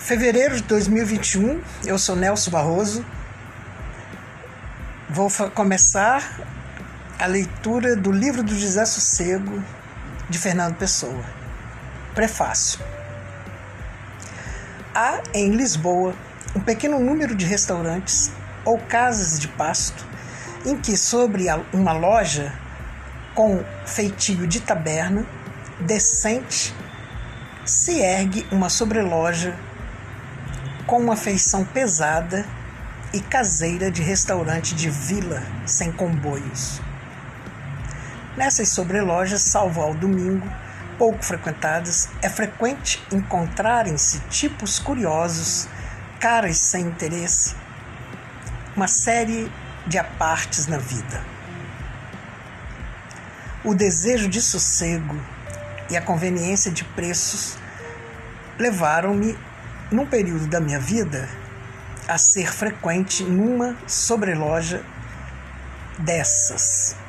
Fevereiro de 2021, eu sou Nelson Barroso. Vou começar a leitura do livro do José Sossego, de Fernando Pessoa. Prefácio. Há em Lisboa um pequeno número de restaurantes ou casas de pasto em que, sobre uma loja com feitio de taberna decente, se ergue uma sobreloja com uma feição pesada e caseira de restaurante de vila sem comboios. Nessas sobrelojas, salvo ao domingo, pouco frequentadas, é frequente encontrarem-se tipos curiosos, caras sem interesse, uma série de apartes na vida. O desejo de sossego e a conveniência de preços levaram-me, num período da minha vida, a ser frequente numa sobreloja dessas.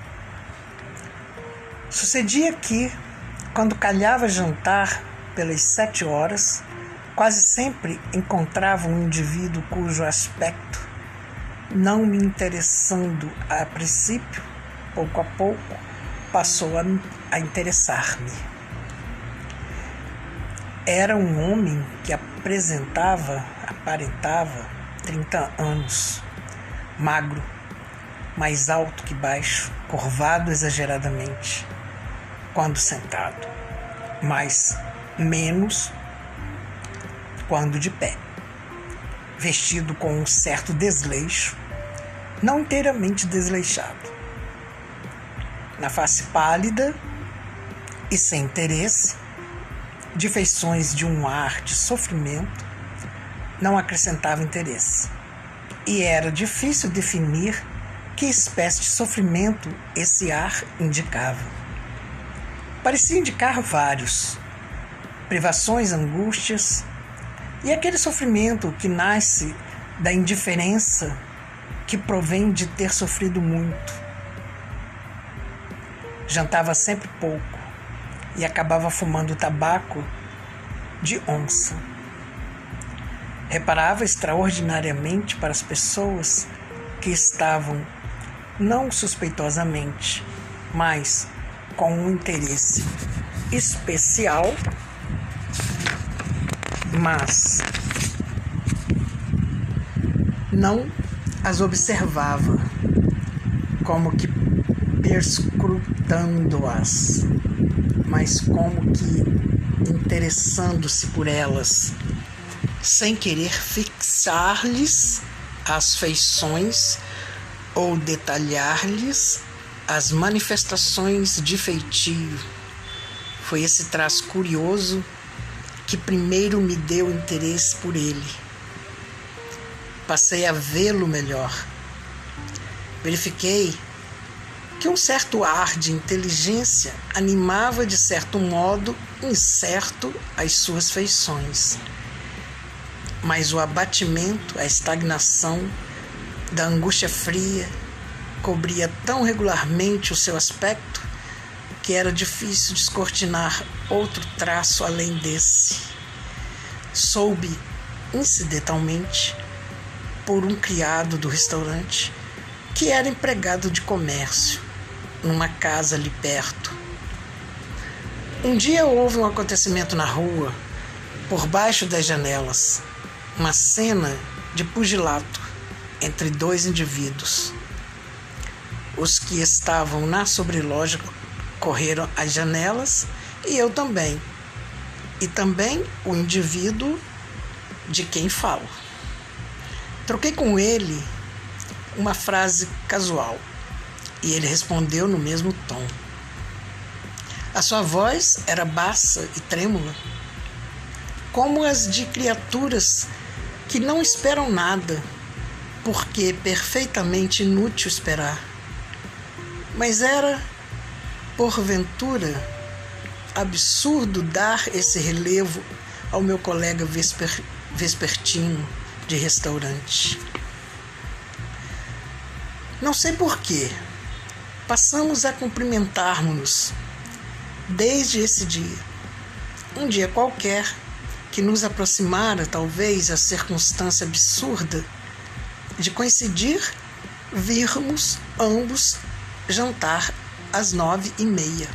Sucedia que, quando calhava jantar pelas 7 horas, quase sempre encontrava um indivíduo cujo aspecto, não me interessando a princípio, pouco a pouco, passou a interessar-me. Era um homem que aparentava 30 anos, magro, mais alto que baixo, curvado exageradamente, quando sentado, mas menos quando de pé, vestido com um certo desleixo, não inteiramente desleixado. Na face pálida e sem interesse, de feições de um ar de sofrimento, não acrescentava interesse. E era difícil definir que espécie de sofrimento esse ar indicava. Parecia indicar vários: privações, angústias, e aquele sofrimento que nasce da indiferença que provém de ter sofrido muito. Jantava sempre pouco e acabava fumando tabaco de onça. Reparava extraordinariamente para as pessoas que estavam, não suspeitosamente, mas com um interesse especial, mas não as observava, como que perscrutando-as, mas como que interessando-se por elas, sem querer fixar-lhes as feições ou detalhar-lhes as manifestações de feitio. Foi esse traço curioso que primeiro me deu interesse por ele. Passei a vê-lo melhor. Verifiquei que um certo ar de inteligência animava de certo modo incerto as suas feições. Mas o abatimento, a estagnação da angústia fria cobria tão regularmente o seu aspecto que era difícil descortinar outro traço além desse. Soube, incidentalmente, por um criado do restaurante, que era empregado de comércio, numa casa ali perto. Um dia houve um acontecimento na rua, por baixo das janelas, uma cena de pugilato entre 2 indivíduos. Os que estavam na sobreloja correram às janelas e eu também. E também o indivíduo de quem falo. Troquei com ele uma frase casual e ele respondeu no mesmo tom. A sua voz era baixa e trêmula, como as de criaturas que não esperam nada, porque é perfeitamente inútil esperar. Mas era, porventura, absurdo dar esse relevo ao meu colega vespertino de restaurante. Não sei porquê, passamos a cumprimentar-nos desde esse dia. Um dia qualquer, que nos aproximara, talvez, a circunstância absurda de coincidir virmos ambos jantar às 9h30.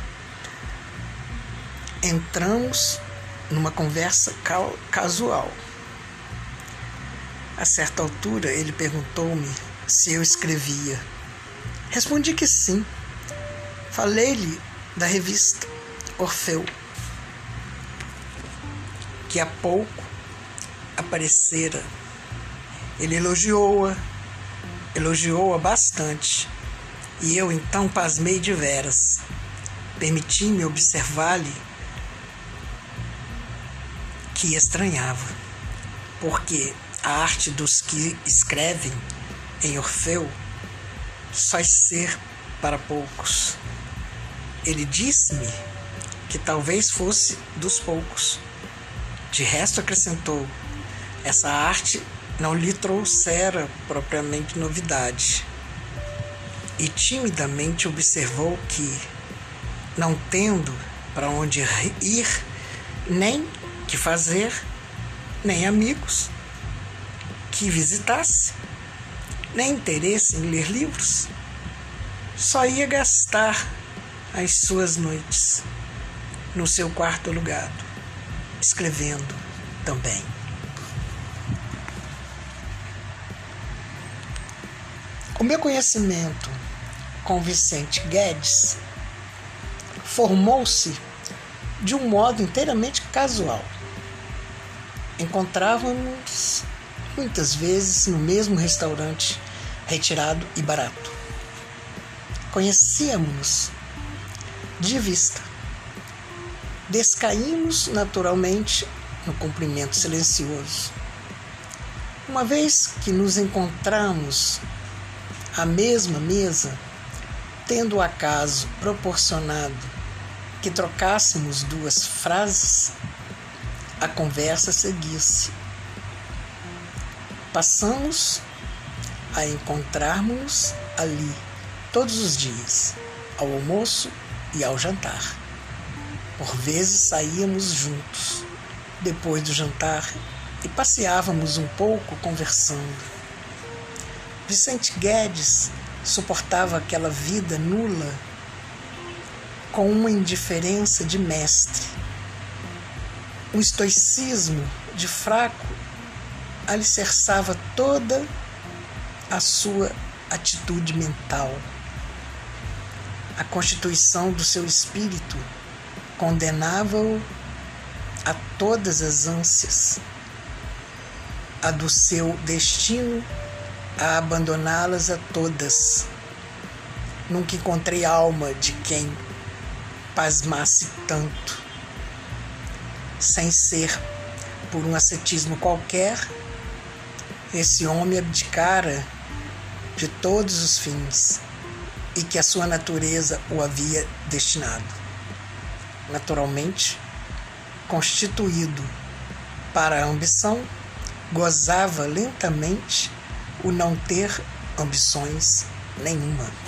Entramos numa conversa casual. A certa altura, ele perguntou-me se eu escrevia. Respondi que sim. Falei-lhe da revista Orfeu, que há pouco aparecera. Ele elogiou-a bastante, e eu então pasmei de veras. Permiti-me observar-lhe que estranhava, porque a arte dos que escrevem em Orfeu só ser para poucos. Ele disse-me que talvez fosse dos poucos. De resto, acrescentou, essa arte não lhe trouxera propriamente novidade. E timidamente observou que, não tendo para onde ir, nem que fazer, nem amigos que visitasse, nem interesse em ler livros, só ia gastar as suas noites no seu quarto alugado, escrevendo também. O meu conhecimento com Vicente Guedes formou-se de um modo inteiramente casual. Encontrávamos muitas vezes no mesmo restaurante retirado e barato. Conhecíamos-nos de vista. Descaímos naturalmente no cumprimento silencioso. Uma vez que nos encontramos à mesma mesa, tendo o acaso proporcionado que trocássemos 2 frases, a conversa seguisse. Passamos a encontrarmos-nos ali todos os dias, ao almoço e ao jantar. Por vezes saíamos juntos, depois do jantar, e passeávamos um pouco conversando. Vicente Guedes suportava aquela vida nula com uma indiferença de mestre, um estoicismo de fraco alicerçava toda a sua atitude mental. A constituição do seu espírito condenava-o a todas as ânsias, a do seu destino a abandoná-las a todas. Nunca encontrei alma de quem pasmasse tanto, sem ser por um ascetismo qualquer. Esse homem abdicara de todos os fins e que a sua natureza o havia destinado. Naturalmente, constituído para a ambição, gozava lentamente o não ter ambições nenhuma.